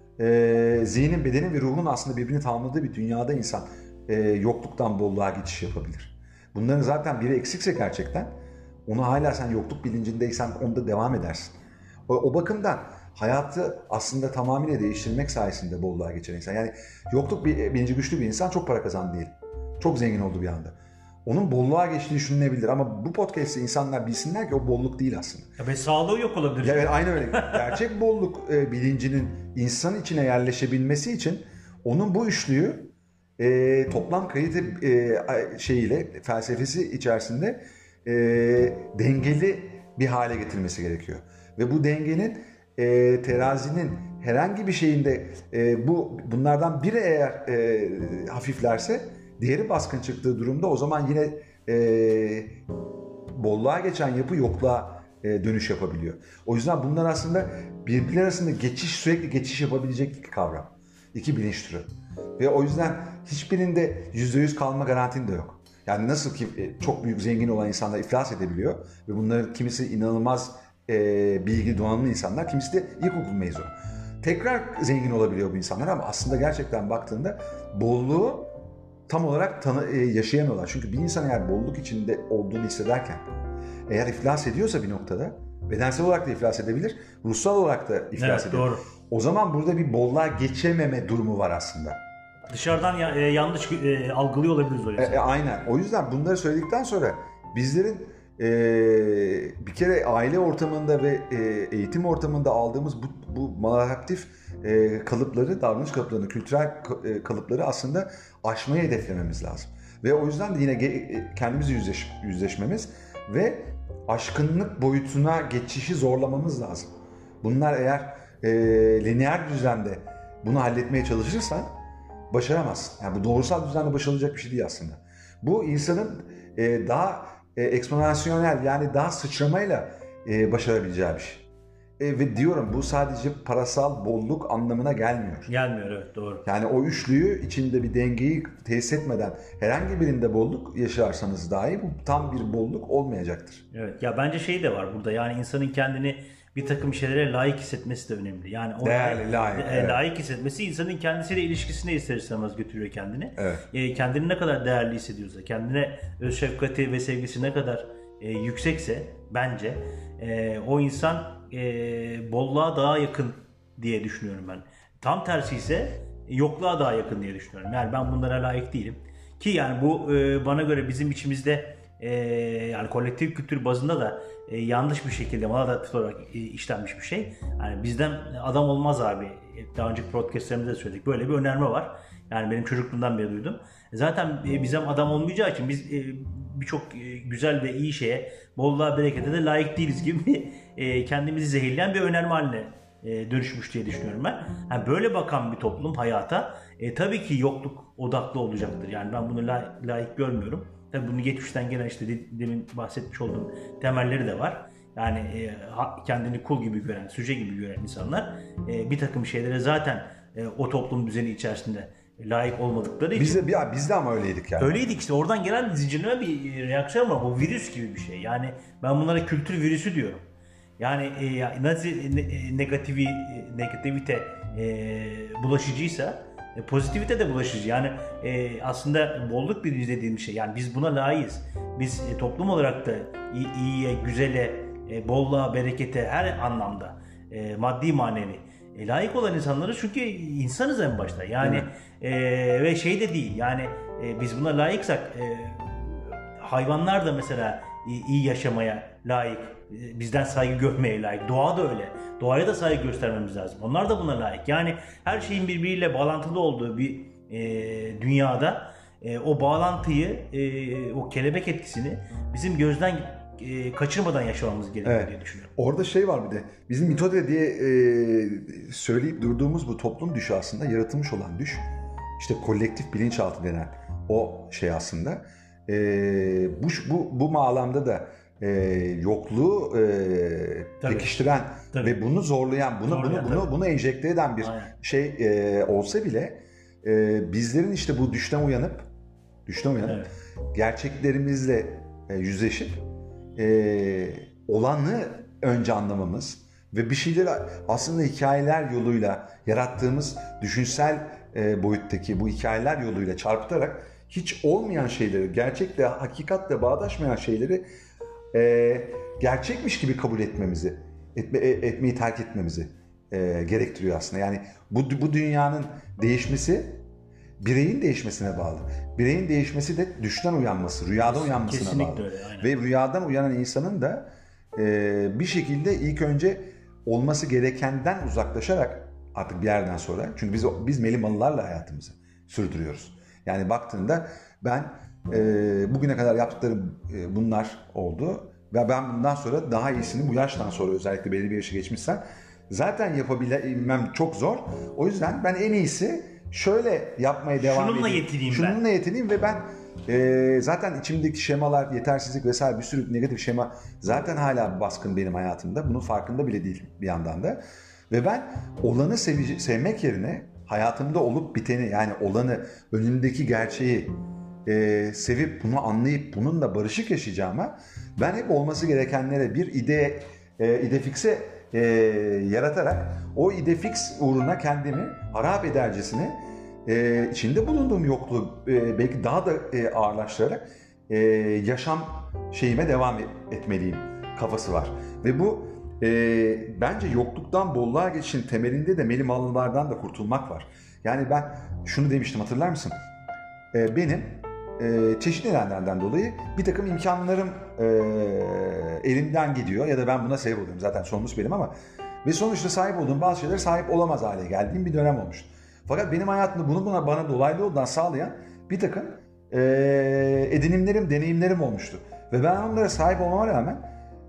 [SPEAKER 1] e, zihnin, bedenin ve ruhun aslında birbirini tamamladığı bir dünyada insan e, yokluktan bolluğa geçiş yapabilir. Bunların zaten biri eksikse gerçekten onu hala sen yokluk bilincindeysen onda devam edersin. O, o bakımdan hayatı aslında tamamıyla değiştirmek sayesinde bolluğa geçen insan. Yani yokluk bilinci güçlü bir insan çok para kazandı değil. Çok zengin oldu bir anda. Onun bolluğa geçtiği düşünülebilir ama bu podcast'te insanlar bilsinler ki o bolluk değil aslında.
[SPEAKER 2] Ya ve sağlığı yok olabilir.
[SPEAKER 1] Ya, evet, aynen öyle. Gerçek bolluk e, bilincinin insan içine yerleşebilmesi için onun bu üçlüyü e, toplam kalite e, şeyiyle, felsefesi içerisinde e, dengeli bir hale getirmesi gerekiyor. Ve bu dengenin e, terazinin herhangi bir şeyinde e, bu bunlardan biri eğer e, hafiflerse diğeri baskın çıktığı durumda o zaman yine e, bolluğa geçen yapı yokluğa e, dönüş yapabiliyor. O yüzden bunlar aslında birbirleri arasında geçiş, sürekli geçiş yapabilecek iki kavram. İki bilinç türü. Ve o yüzden hiçbirinde yüzde yüz kalma garantin de yok. Yani nasıl ki çok büyük zengin olan insanlar iflas edebiliyor ve bunların kimisi inanılmaz e, bilgi donanımlı insanlar, kimisi de ilkokul mezunu. Tekrar zengin olabiliyor bu insanlar ama aslında gerçekten baktığında bolluğu tam olarak tanı, e, yaşayamıyorlar. Çünkü bir insan eğer bolluk içinde olduğunu hissederken eğer iflas ediyorsa bir noktada bedensel olarak da iflas edebilir, ruhsal olarak da iflas
[SPEAKER 2] evet,
[SPEAKER 1] edebilir.
[SPEAKER 2] Doğru.
[SPEAKER 1] O zaman burada bir bolluğa geçememe durumu var aslında.
[SPEAKER 2] Dışarıdan ya, e, yanlış e, algılıyor olabiliriz o yüzden.
[SPEAKER 1] E, e, aynen. O yüzden bunları söyledikten sonra bizlerin e, bir kere aile ortamında ve e, eğitim ortamında aldığımız bu, bu maladaptif e, kalıpları, davranış kalıplarını, kültürel e, kalıpları aslında aşmayı hedeflememiz lazım. Ve o yüzden de yine ge- kendimizi yüzleş, yüzleşmemiz ve aşkınlık boyutuna geçişi zorlamamız lazım. Bunlar eğer e, lineer düzlemde bunu halletmeye çalışırsan başaramazsın. Yani bu doğrusal düzlemde başarılacak bir şey değil aslında. Bu insanın e, daha e, eksponansiyonel yani daha sıçramayla e, başarabileceği bir şey. E, ve diyorum bu sadece parasal bolluk anlamına gelmiyor.
[SPEAKER 2] Gelmiyor evet doğru.
[SPEAKER 1] Yani o üçlüyü içinde bir dengeyi tesis etmeden herhangi birinde bolluk yaşarsanız dahi bu tam bir bolluk olmayacaktır.
[SPEAKER 2] Evet ya bence şey de var burada yani insanın kendini bir takım şeylere layık hissetmesi de önemli. Yani o
[SPEAKER 1] değerli, layık.
[SPEAKER 2] E, evet. Layık hissetmesi insanın kendisiyle ilişkisine ister istemez götürüyor kendini.
[SPEAKER 1] Evet.
[SPEAKER 2] E, kendini ne kadar değerli hissediyorsa, kendine öz şefkati ve sevgisi ne kadar e, yüksekse bence e, o insan e, bolluğa daha yakın diye düşünüyorum ben. Tam tersi ise yokluğa daha yakın diye düşünüyorum. Yani ben bunlara layık değilim. Ki yani bu e, bana göre bizim içimizde e, yani kolektif kültür bazında da e, yanlış bir şekilde maladatif olarak e, işlenmiş bir şey. Yani bizden adam olmaz abi. Daha önceki podcastlerimizde de söyledik. Böyle bir önerme var. Yani benim çocukluğumdan beri duydum. Zaten e, bizden adam olmayacağı için biz e, birçok e, güzel ve iyi şeye, bolluğa, berekete de layık değiliz gibi bir, e, kendimizi zehirleyen bir önerme haline e, dönüşmüş diye düşünüyorum ben. Yani böyle bakan bir toplum hayata e, tabii ki yokluk odaklı olacaktır. Yani ben bunu la, layık görmüyorum. Tabii bunu geçmişten gelen işte demin bahsetmiş olduğum temelleri de var. Yani e, kendini kul gibi gören, süce gibi gören insanlar e, bir takım şeylere zaten e, o toplum düzeni içerisinde layık olmadıkları için.
[SPEAKER 1] Biz de, ya, biz de ama öyleydik yani.
[SPEAKER 2] Öyleydik işte, oradan gelen zincirleme bir reaksiyon var. Bu virüs gibi bir şey. Yani ben bunlara kültür virüsü diyorum. Yani e, nasıl ne, negativi, negativite e, bulaşıcıysa e, pozitivite de bulaşıcı. Yani e, aslında bolluk bilinci dediğim şey. Yani biz buna layığız. Biz e, toplum olarak da iyi, iyiye, güzele, e, bolluğa, berekete her anlamda e, maddi manevi e, layık olan insanları, çünkü insanız en başta. Yani e, ve şey de değil. Yani e, biz buna layıksak e, hayvanlar da mesela iyi yaşamaya layık, bizden saygı görmeye layık. Doğa da öyle. Doğaya da saygı göstermemiz lazım. Onlar da buna layık. Yani her şeyin birbiriyle bağlantılı olduğu bir e, dünyada e, o bağlantıyı, e, o kelebek etkisini bizim gözden e, kaçırmadan yaşamamız gerekiyor, evet, diye düşünüyorum.
[SPEAKER 1] Orada şey var bir de. Bizim mitode diye e, söyleyip durduğumuz bu toplum düşü aslında yaratılmış olan düş. İşte kolektif bilinçaltı denen o şey aslında. E, bu, bu, bu bağlamda da e, yokluğu e, pekiştiren Tabii. ve bunu zorlayan, bunu zorlayan, bunu bunu bunu enjekte eden bir Aynen. şey e, olsa bile e, bizlerin işte bu düşten uyanıp düşten uyanıp evet. gerçeklerimizle e, yüzleşip e, olanı önce anlamamız ve bir şeyleri aslında hikayeler yoluyla yarattığımız düşünsel e, boyuttaki bu hikayeler yoluyla çarpıtarak hiç olmayan şeyleri, gerçekle, hakikatle bağdaşmayan şeyleri e, gerçekmiş gibi kabul etmemizi, etme, etmeyi terk etmemizi e, gerektiriyor aslında. Yani bu, bu dünyanın değişmesi bireyin değişmesine bağlı. Bireyin değişmesi de düşten uyanması, rüyadan uyanmasına
[SPEAKER 2] Kesinlikle
[SPEAKER 1] bağlı.
[SPEAKER 2] Öyle, aynen.
[SPEAKER 1] Ve rüyadan uyanan insanın da e, bir şekilde ilk önce olması gerekenden uzaklaşarak artık bir yerden sonra, çünkü biz biz melimalılarla hayatımızı sürdürüyoruz. Yani baktığında ben e, bugüne kadar yaptıklarım e, bunlar oldu ve ben bundan sonra daha iyisini bu yaştan sonra, özellikle belli bir yaşa geçmişsen zaten yapabilmem çok zor. O yüzden ben en iyisi şöyle yapmaya devam
[SPEAKER 2] Şununla
[SPEAKER 1] edeyim.
[SPEAKER 2] Yetineyim
[SPEAKER 1] Şununla
[SPEAKER 2] ben.
[SPEAKER 1] yetineyim ve ben e, zaten içimdeki şemalar, yetersizlik vesaire bir sürü negatif şema zaten hala baskın benim hayatımda. Bunun farkında bile değilim bir yandan da. Ve ben olanı sev- sevmek yerine hayatımda olup biteni, yani olanı, önündeki gerçeği e, sevip bunu anlayıp bununla barışık yaşayacağıma, ben hep olması gerekenlere bir ide e, ide fikse e, yaratarak o ide fix uğruna kendimi harap edercesine e, içinde bulunduğum yokluğu e, belki daha da e, ağırlaştırarak e, yaşam şeyime devam etmeliyim kafası var. Ve bu e, bence yokluktan bolluğa geçişin temelinde de melimalılardan da kurtulmak var. Yani ben şunu demiştim, hatırlar mısın? E, benim e, çeşitli nedenlerden dolayı bir takım imkanlarım e, elimden gidiyor ya da ben buna sebep oluyorum. Zaten sorumlusu benim ama ve sonuçta sahip olduğum bazı şeylere sahip olamaz hale geldiğim bir dönem olmuştu. Fakat benim hayatımda bunu buna, bana dolaylı yoldan sağlayan bir takım e, edinimlerim, deneyimlerim olmuştu. Ve ben onlara sahip olmama rağmen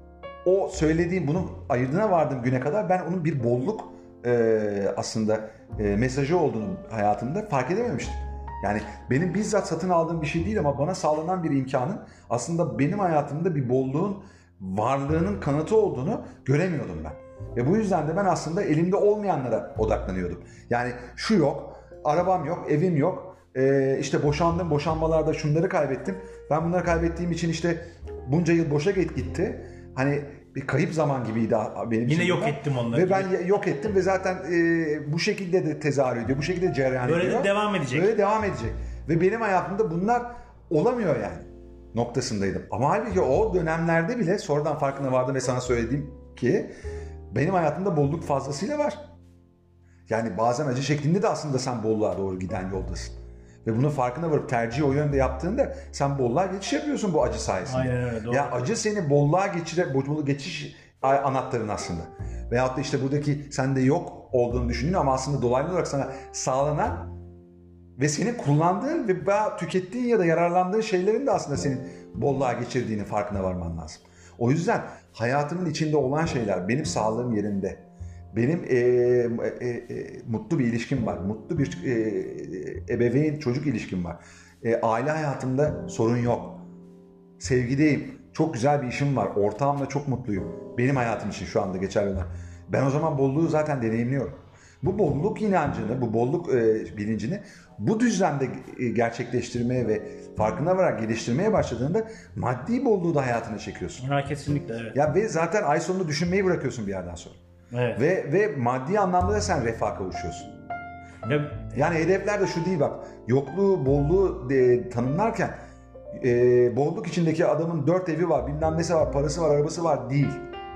[SPEAKER 1] o söylediğim, bunu ayırdığına vardığım güne kadar ben onun bir bolluk e, aslında e, mesajı olduğunu hayatımda fark edememiştim. Yani benim bizzat satın aldığım bir şey değil ama bana sağlanan bir imkanın aslında benim hayatımda bir bolluğun varlığının kanıtı olduğunu göremiyordum ben. Ve bu yüzden de ben aslında elimde olmayanlara odaklanıyordum. Yani şu yok, arabam yok, evim yok, ee, işte boşandım, boşanmalarda şunları kaybettim. Ben bunları kaybettiğim için işte bunca yıl boşa gitti. Hani bir kayıp zaman gibiydi benim için.
[SPEAKER 2] Yine yok bunlar. ettim onları.
[SPEAKER 1] Ve
[SPEAKER 2] gibi.
[SPEAKER 1] ben yok ettim ve zaten e, bu şekilde de tezahür ediyor, bu şekilde cereyan ediyor.
[SPEAKER 2] Böyle de devam edecek.
[SPEAKER 1] Böyle devam edecek. Ve benim hayatımda bunlar olamıyor yani noktasındaydım. Ama halbuki o dönemlerde bile sonradan farkına vardım ve sana söyledim ki benim hayatımda bolluk fazlasıyla var. Yani bazen acı şeklinde de aslında sen bolluğa doğru giden yoldasın. ve bunun farkına varıp tercihi o yönde yaptığında sen bolluğa geçiş yapıyorsun bu acı sayesinde.
[SPEAKER 2] Aynen öyle, doğru.
[SPEAKER 1] Ya acı seni bolluğa geçire, bolluğa geçiş anahtarın aslında. Veyahut da işte buradaki sende yok olduğunu düşündüğün ama aslında dolaylı olarak sana sağlanan ve senin kullandığın ve tükettiğin ya da yararlandığın şeylerin de aslında senin bolluğa geçirdiğini farkına varman lazım. O yüzden hayatımın içinde olan şeyler, benim sağlığım yerinde, benim e, e, e, mutlu bir ilişkim var, mutlu bir e, ebeveyn çocuk ilişkim var, e, aile hayatımda sorun yok, sevgideyim, çok güzel bir işim var, ortağımla çok mutluyum, benim hayatım için şu anda geçerli olan. Ben o zaman bolluğu zaten deneyimliyorum. Bu bolluk inancını, bu bolluk e, bilincini bu düzlemde e, gerçekleştirmeye ve farkına vararak geliştirmeye başladığında maddi bolluğu da hayatına çekiyorsun.
[SPEAKER 2] Ha, kesinlikle evet.
[SPEAKER 1] Ya ve zaten ay sonunu düşünmeyi bırakıyorsun bir yerden sonra.
[SPEAKER 2] Evet.
[SPEAKER 1] Ve ve maddi anlamda da sen refaha kavuşuyorsun.
[SPEAKER 2] Ya,
[SPEAKER 1] yani hedefler de şu değil bak. Yokluğu, bolluğu e, tanımlarken e, bolluk içindeki adamın dört evi var, bilmem nesi var, parası var, arabası var değil.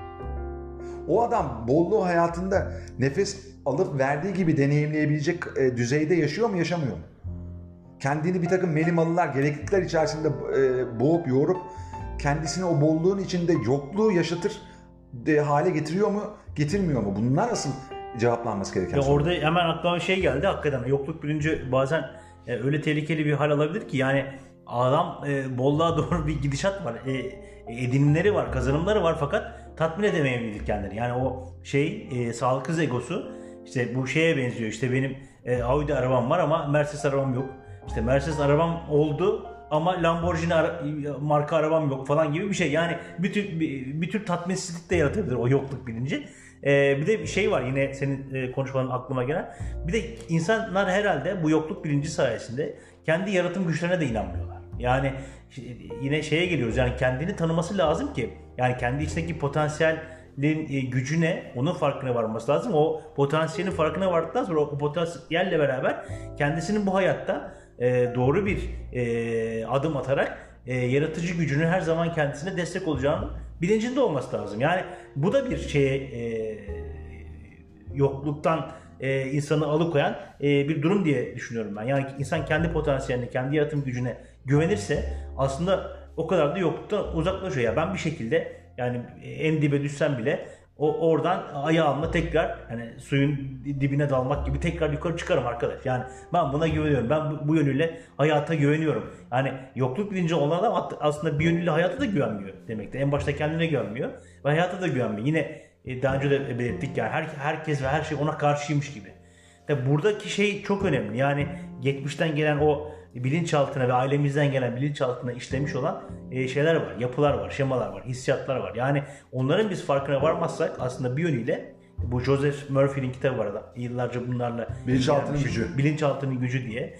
[SPEAKER 1] O adam bolluğu hayatında nefes alıp verdiği gibi deneyimleyebilecek e, düzeyde yaşıyor mu, yaşamıyor mu? Kendini bir takım melimalılar, gereklilikler içerisinde e, boğup yoğurup kendisini o bolluğun içinde yokluğu yaşatır de, hale getiriyor mu, getirmiyor mu? Bunlar asıl cevaplanması gereken
[SPEAKER 2] ya
[SPEAKER 1] sorular.
[SPEAKER 2] orada hemen aklıma bir şey geldi hakikaten. Yokluk bilinci bazen e, öyle tehlikeli bir hal alabilir ki yani adam e, bolluğa doğru bir gidişat var. E, edinimleri var, kazanımları var fakat tatmin edemeyebilir kendini. Yani o şey e, sağlıksız egosu işte bu şeye benziyor. İşte benim e, Audi arabam var ama Mercedes arabam yok. İşte Mercedes arabam oldu ama Lamborghini ara, marka arabam yok falan gibi bir şey. Yani bir tür, bir, bir tür tatminsizlik de yaratabilir o yokluk bilinci. Ee, bir de bir şey var yine senin e, konuşmanın aklıma gelen. Bir de insanlar herhalde bu yokluk bilinci sayesinde kendi yaratım güçlerine de inanmıyorlar. Yani yine şeye geliyoruz yani kendini tanıması lazım ki yani kendi içindeki potansiyelin e, gücüne onun farkına varması lazım. O potansiyelin farkına vardıktan sonra o potansiyelle beraber kendisinin bu hayatta e, doğru bir e, adım atarak e, yaratıcı gücünün her zaman kendisine destek olacağını bilincinde olması lazım. Yani bu da bir şeye e, yokluktan e, insanı alıkoyan e, bir durum diye düşünüyorum ben. Yani insan kendi potansiyeline, kendi yaratım gücüne güvenirse aslında o kadar da yokluktan uzaklaşıyor. Yani ben bir şekilde yani en dibe düşsem bile o oradan ayağımla tekrar hani suyun dibine dalmak gibi tekrar yukarı çıkarım arkadaş. Yani ben buna güveniyorum. Ben bu, bu yönüyle hayata güveniyorum. Yani yokluk bilinci olan adam aslında bir yönüyle hayata da güvenmiyor demektir. En başta kendine güvenmiyor ve hayata da güvenmiyor. Yine daha önce de belirttik yani her, herkes ve her şey ona karşıymış gibi. Tabi buradaki şey çok önemli. Yani geçmişten gelen o bilinçaltına ve ailemizden gelen bilinçaltına işlemiş olan şeyler var, yapılar var, şemalar var, hissiyatlar var. Yani onların biz farkına varmazsak aslında bir yönüyle bu Joseph Murphy'nin kitabı var da yıllarca bunlarla
[SPEAKER 1] Bilinçaltının gücü.
[SPEAKER 2] Bilinçaltının gücü diye.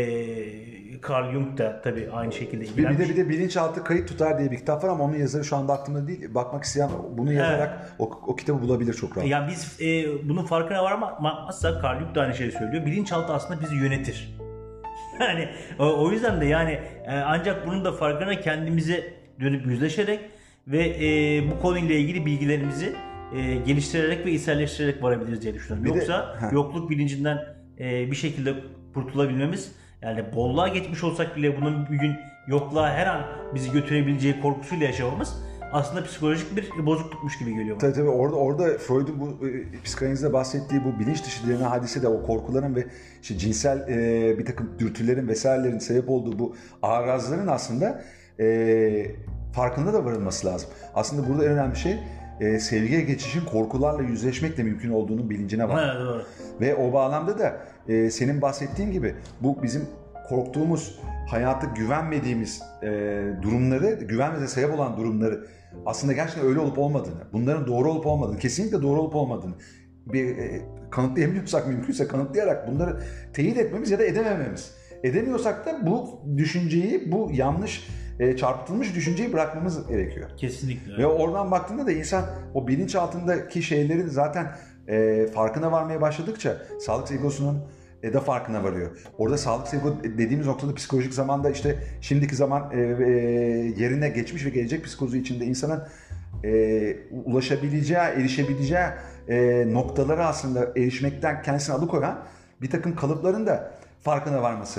[SPEAKER 2] Ee, Carl Jung da tabii aynı şekilde
[SPEAKER 1] ilgilenmiş. Bir de bir de bilinçaltı kayıt tutar diye bir kitap var ama onun yazarı şu anda aklımda değil. Bakmak isteyen bunu yazarak evet. o, o kitabı bulabilir çok rahat.
[SPEAKER 2] Yani biz e, bunun farkına varmazsak Carl Jung da aynı şeyi söylüyor. Bilinçaltı aslında bizi yönetir. Yani o, o yüzden de yani e, ancak bunun da farkına kendimize dönüp yüzleşerek ve e, bu konuyla ilgili bilgilerimizi e, geliştirerek ve içselleştirerek varabiliriz diye düşünüyorum. Bir Yoksa de, yokluk bilincinden e, bir şekilde kurtulabilmemiz yani bolluğa geçmiş olsak bile bunun bir gün yokluğa her an bizi götürebileceği korkusuyla yaşamamız aslında psikolojik bir bozuklukmuş gibi geliyor.
[SPEAKER 1] Tabii tabii orada orada Freud'un bu e, psikanalizde bahsettiği bu bilinç dışı direnen hadise de o korkuların ve işte cinsel e, bir takım dürtülerin vesairelerin sebep olduğu bu arazların aslında e, farkında da varılması lazım. Aslında burada en önemli şey e, sevgiye geçişin korkularla yüzleşmekle mümkün olduğunun bilincine var.
[SPEAKER 2] Evet, doğru.
[SPEAKER 1] Ve o bağlamda da e, senin bahsettiğin gibi bu bizim korktuğumuz, hayata güvenmediğimiz e, durumları, güvenmemize sebep olan durumları aslında gerçekten öyle olup olmadığını, bunların doğru olup olmadığını, kesinlikle doğru olup olmadığını bir e, kanıtlayabiliyorsak mümkünse kanıtlayarak bunları teyit etmemiz ya da edemememiz. Edemiyorsak da bu düşünceyi, bu yanlış e, çarpıtılmış düşünceyi bırakmamız gerekiyor.
[SPEAKER 2] Kesinlikle.
[SPEAKER 1] Ve oradan baktığında da insan o bilinçaltındaki şeylerin zaten e, farkına varmaya başladıkça sağlık egosunun e, da farkına varıyor. Orada sağlık ego dediğimiz noktada psikolojik zamanda işte şimdiki zaman e, e, yerine geçmiş ve gelecek psikoloji içinde insanın e, ulaşabileceği, erişebileceği e, noktalara aslında erişmekten kendisini alıkoyan bir takım kalıpların da farkına varması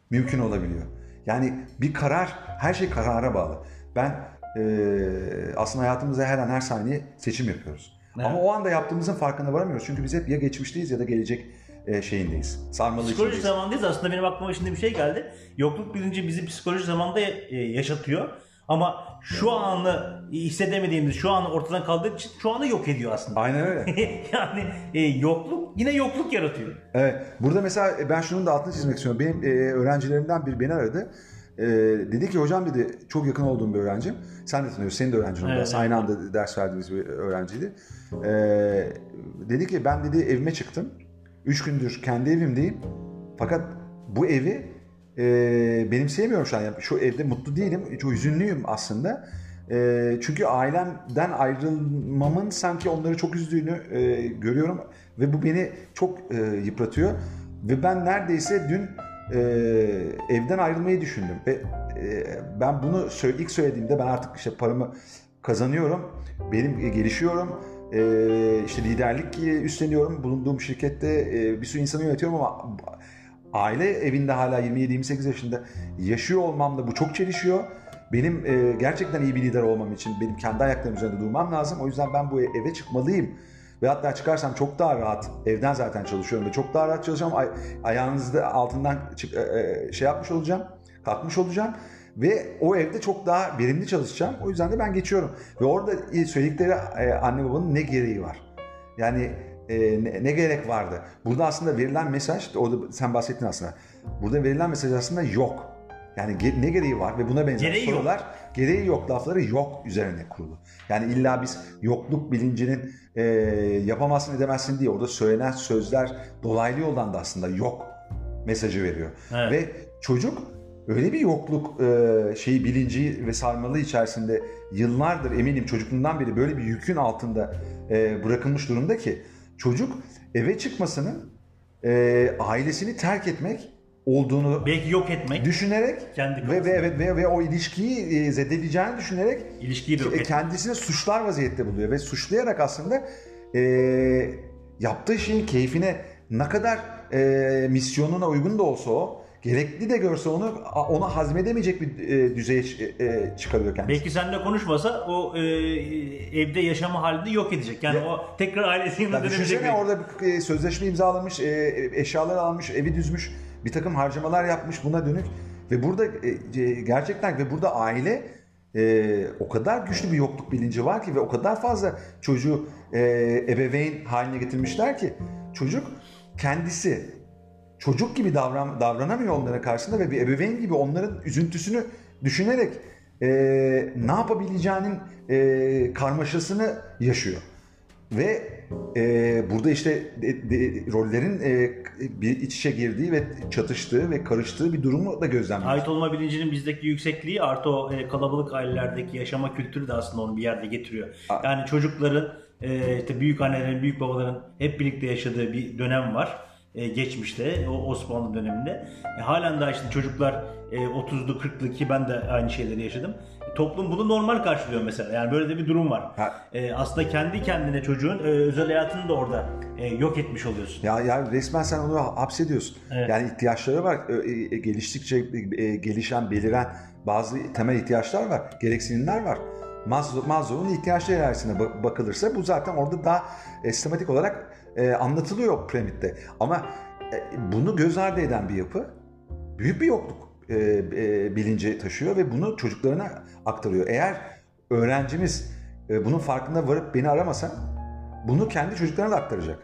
[SPEAKER 1] mümkün olabiliyor. Yani bir karar, her şey karara bağlı. Ben e, aslında hayatımızda her an her saniye seçim yapıyoruz. Evet. Ama o anda yaptığımızın farkına varamıyoruz. Çünkü biz hep ya geçmişteyiz ya da gelecek e, şeyindeyiz. Sarmalı
[SPEAKER 2] psikolojik zamandayız. Aslında benim aklıma şimdi bir şey geldi. Yokluk bilinci bizi psikolojik zamanda e, yaşatıyor. Ama şu anı hissedemediğimiz, şu anı ortadan kaldırdığı için şu anı yok ediyor aslında.
[SPEAKER 1] Aynen öyle.
[SPEAKER 2] Yani e, yokluk yine yokluk yaratıyor.
[SPEAKER 1] Evet. Burada mesela ben şunun da altını çizmek istiyorum. Benim e, öğrencilerimden biri beni aradı. E, dedi ki hocam dedi, çok yakın olduğum bir öğrencim. Sen de tanıyorsun, senin de öğrencin oldu. Evet, evet. Aynı anda ders verdiğimiz bir öğrenciydi. E, dedi ki ben dedi evime çıktım. Üç gündür kendi evimdeyim. Fakat bu evi e, benimseyemiyorum şu an. Yani şu evde mutlu değilim. Çok hüzünlüyüm aslında. E, çünkü ailemden ayrılmamın sanki onları çok üzdüğünü e, görüyorum. Ve bu beni çok e, yıpratıyor. Ve ben neredeyse dün e, evden ayrılmayı düşündüm. Ve e, ben bunu söyle, ilk söylediğimde ben artık işte paramı kazanıyorum. Benim e, gelişiyorum. E, işte liderlik üstleniyorum. Bulunduğum şirkette e, bir sürü insanı yönetiyorum ama aile evinde hala yirmi yedi yirmi sekiz yaşında yaşıyor olmamla bu çok çelişiyor. Benim e, gerçekten iyi bir lider olmam için benim kendi ayaklarım üzerinde durmam lazım. O yüzden ben bu eve çıkmalıyım. Ve hatta çıkarsam çok daha rahat, evden zaten çalışıyorum ve çok daha rahat çalışacağım. Ay, ayağınızda altından çık, e, şey yapmış olacağım, kalkmış olacağım. Ve o evde çok daha verimli çalışacağım. O yüzden de ben geçiyorum. Ve orada söyledikleri e, anne babanın ne gereği var? Yani e, ne, ne gerek vardı? Burada aslında verilen mesaj, orada sen bahsettin aslında. Burada verilen mesaj aslında yok. Yani ge- ne gereği var ve buna benzer gereği sorular, yok. Gereği yok lafları yok üzerine kurulu. Yani illa biz yokluk bilincinin e, yapamazsın edemezsin diye orada söylenen sözler dolaylı yoldan da aslında yok mesajı veriyor. Evet. Ve çocuk öyle bir yokluk e, şeyi bilinci ve sarmalı içerisinde yıllardır eminim çocukluğundan beri böyle bir yükün altında e, bırakılmış durumda ki çocuk eve çıkmasının e, ailesini terk etmek olduğunu
[SPEAKER 2] belki yok etmek
[SPEAKER 1] düşünerek
[SPEAKER 2] kendi
[SPEAKER 1] ve ve evet ve, ve o ilişkiyi zedeleyeceğini düşünerek
[SPEAKER 2] ilişkiyi de yok etmek.
[SPEAKER 1] Kendisini suçlar vaziyette buluyor ve suçlayarak aslında e, yaptığı şeyin keyfine ne kadar e, misyonuna uygun da olsa o gerekli de görse onu onu hazmedemeyecek bir e, düzeye e, çıkarıyor kendisi.
[SPEAKER 2] Belki seninle konuşmasa o e, evde yaşama halini yok edecek. Yani ya, o tekrar ailesine dönebilecek.
[SPEAKER 1] Düşünsene orada bir e, sözleşme imzalamış, e, eşyalar almış, evi düzmüş, bir takım harcamalar yapmış buna dönük ve burada e, gerçekten ve burada aile e, o kadar güçlü bir yokluk bilinci var ki ve o kadar fazla çocuğu e, ebeveyn haline getirmişler ki çocuk kendisi çocuk gibi davran, davranamıyor onlara karşısında ve bir ebeveyn gibi onların üzüntüsünü düşünerek e, ne yapabileceğinin e, karmaşasını yaşıyor. Ve e, burada işte de, de, rollerin e, bir iç içe girdiği ve çatıştığı ve karıştığı bir durumu da gözlemliyoruz.
[SPEAKER 2] Ait olma bilincinin bizdeki yüksekliği artı o e, kalabalık ailelerdeki yaşama kültürü de aslında onu bir yerde getiriyor. A- yani çocukların, e, işte büyük annelerin, büyük babaların hep birlikte yaşadığı bir dönem var. E, geçmişte, o Osmanlı döneminde. E, halen daha işte çocuklar e, otuzlu kırklı ki ben de aynı şeyleri yaşadım. E, toplum bunu normal karşılıyor mesela. Yani böyle de bir durum var. E, aslında kendi kendine çocuğun e, özel hayatını da orada e, yok etmiş oluyorsun.
[SPEAKER 1] Ya, ya resmen sen onu hapsediyorsun. Evet. Yani ihtiyaçları var. E, e, geliştikçe e, gelişen, beliren bazı temel ihtiyaçlar var. Gereksinimler var. Maslow'un ihtiyaçları içerisine bakılırsa bu zaten orada daha e, sistematik olarak e, anlatılıyor piramitte. Ama e, bunu göz ardı eden bir yapı büyük bir yokluk e, e, bilinci taşıyor ve bunu çocuklarına aktarıyor. Eğer öğrencimiz e, bunun farkında varıp beni aramasa bunu kendi çocuklarına da aktaracak.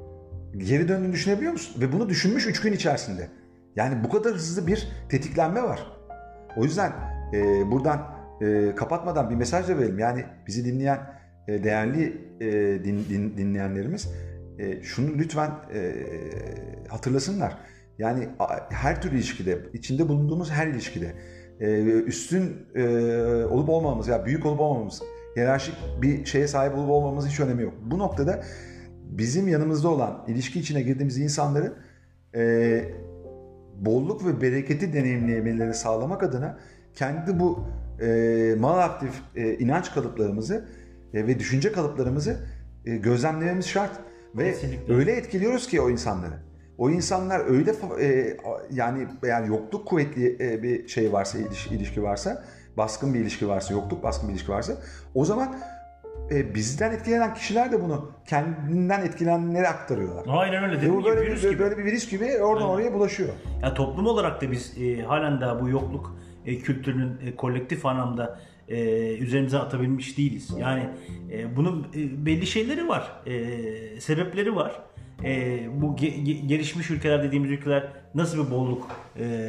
[SPEAKER 1] Geri döndüğünü düşünebiliyor musun? Ve bunu düşünmüş üç gün içerisinde. Yani bu kadar hızlı bir tetiklenme var. O yüzden e, buradan E, kapatmadan bir mesaj da verelim. Yani bizi dinleyen e, değerli e, din, din, dinleyenlerimiz e, şunu lütfen e, hatırlasınlar. Yani her tür ilişkide, içinde bulunduğumuz her ilişkide e, üstün e, olup olmamamız, ya büyük olup olmamamız, hiyerarşik bir şeye sahip olup olmamamız hiç önemi yok. Bu noktada bizim yanımızda olan, ilişki içine girdiğimiz insanların e, bolluk ve bereketi deneyimlemeleri sağlamak adına kendi bu e, malaktif e, inanç kalıplarımızı e, ve düşünce kalıplarımızı e, gözlemlememiz şart. Ve kesinlikle öyle etkiliyoruz ki o insanları. O insanlar öyle e, yani yani yokluk kuvvetli e, bir şey varsa, ilişki, ilişki varsa, baskın bir ilişki varsa, yokluk baskın bir ilişki varsa, o zaman e, bizden etkilenen kişiler de bunu kendinden etkilenenlere aktarıyorlar.
[SPEAKER 2] Aynen öyle.
[SPEAKER 1] Ve bu böyle bir,
[SPEAKER 2] virüs
[SPEAKER 1] böyle,
[SPEAKER 2] gibi.
[SPEAKER 1] böyle bir virüs gibi oradan oraya bulaşıyor.
[SPEAKER 2] Ya toplum olarak da biz e, halen daha bu yokluk e, kültürünün e, kolektif anlamda e, üzerimize atabilmiş değiliz. Yani e, bunun e, belli şeyleri var, e, sebepleri var. E, bu ge- ge- gelişmiş ülkeler dediğimiz ülkeler nasıl bir bolluk e,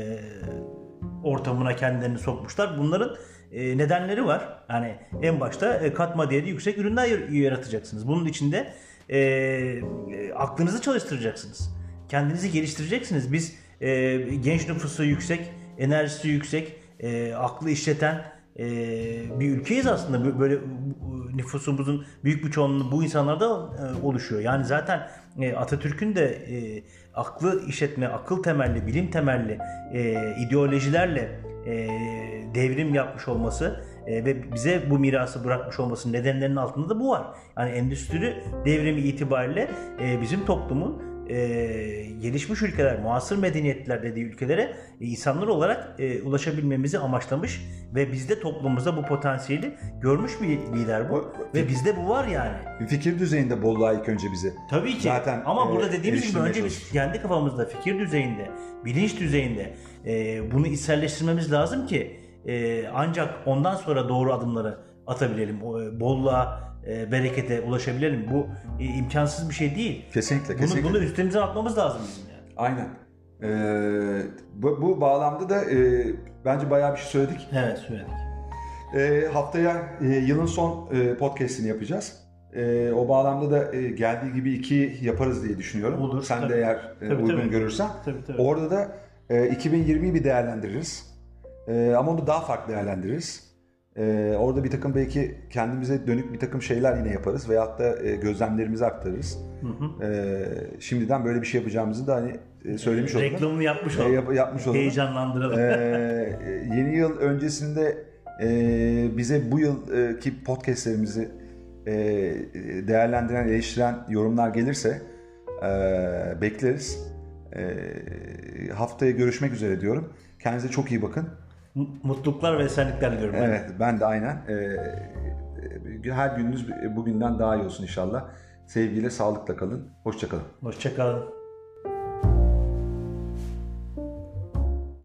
[SPEAKER 2] ortamına kendilerini sokmuşlar? Bunların e, nedenleri var. Yani en başta e, katma değeri yüksek ürünler yaratacaksınız. Bunun içinde e, e, aklınızı çalıştıracaksınız. Kendinizi geliştireceksiniz. Biz e, genç nüfusu yüksek, enerjisi yüksek, e, aklı işleten e, bir ülkeyiz aslında. Böyle nüfusumuzun büyük bir çoğunluğu bu insanlarda e, oluşuyor. Yani zaten e, Atatürk'ün de e, aklı işletme, akıl temelli, bilim temelli e, ideolojilerle e, devrim yapmış olması e, ve bize bu mirası bırakmış olmasının nedenlerinin altında da bu var. Yani endüstri devrimi itibariyle e, bizim toplumun e, gelişmiş ülkeler, muasır medeniyetler dediği ülkelere e, insanlar olarak e, ulaşabilmemizi amaçlamış ve bizde toplumumuzda bu potansiyeli görmüş bir lider bu.
[SPEAKER 1] Bu-
[SPEAKER 2] Ve bizde bu var yani.
[SPEAKER 1] Bir fikir düzeyinde bolluğa ilk önce bize.
[SPEAKER 2] Tabii ki.
[SPEAKER 1] Zaten,
[SPEAKER 2] ama burada
[SPEAKER 1] e,
[SPEAKER 2] dediğimiz gibi
[SPEAKER 1] eriştirmeye
[SPEAKER 2] önce biz kendi kafamızda, fikir düzeyinde, bilinç düzeyinde e, bunu içselleştirmemiz lazım ki e, ancak ondan sonra doğru adımları atabilelim. O, e, bolluğa, e, berekete ulaşabilelim. Bu e, imkansız bir şey değil.
[SPEAKER 1] Kesinlikle,
[SPEAKER 2] Bunu,
[SPEAKER 1] kesinlikle.
[SPEAKER 2] bunu üstümüze atmamız lazım bizim yani.
[SPEAKER 1] Aynen. Ee, bu, bu bağlamda da e, bence bayağı bir şey söyledik.
[SPEAKER 2] Evet, söyledik.
[SPEAKER 1] E, haftaya e, yılın son e, podcast'ini yapacağız. E, o bağlamda da e, geldiği gibi iki yaparız diye düşünüyorum.
[SPEAKER 2] Olur,
[SPEAKER 1] Sen
[SPEAKER 2] tabii.
[SPEAKER 1] de eğer e,
[SPEAKER 2] Tabii,
[SPEAKER 1] uygun
[SPEAKER 2] tabii.
[SPEAKER 1] görürsen.
[SPEAKER 2] Tabii, tabii.
[SPEAKER 1] Orada da e, iki bin yirmiyi bir değerlendiririz. E, ama onu daha farklı değerlendiririz. E, orada bir takım belki kendimize dönük bir takım şeyler yine yaparız. Veyahut da e, gözlemlerimizi aktarırız.
[SPEAKER 2] Hı hı.
[SPEAKER 1] E, şimdiden böyle bir şey yapacağımızı da hani e, söylemiş olalım.
[SPEAKER 2] Reklamını yapmış
[SPEAKER 1] E,
[SPEAKER 2] olalım.
[SPEAKER 1] yap- yapmış olalım.
[SPEAKER 2] Heyecanlandıralım.
[SPEAKER 1] Ee, yeni yıl öncesinde e, bize bu yılki podcastlerimizi e, değerlendiren, eleştiren yorumlar gelirse e, bekleriz. E, haftaya görüşmek üzere diyorum. Kendinize çok iyi bakın.
[SPEAKER 2] Mutluluklar ve esenlikler diliyorum. ben.
[SPEAKER 1] Evet, ben de aynen. E, her gününüz bugünden daha iyi olsun inşallah. Sevgiyle, sağlıkla kalın. Hoşça kalın.
[SPEAKER 2] Hoşça kalın.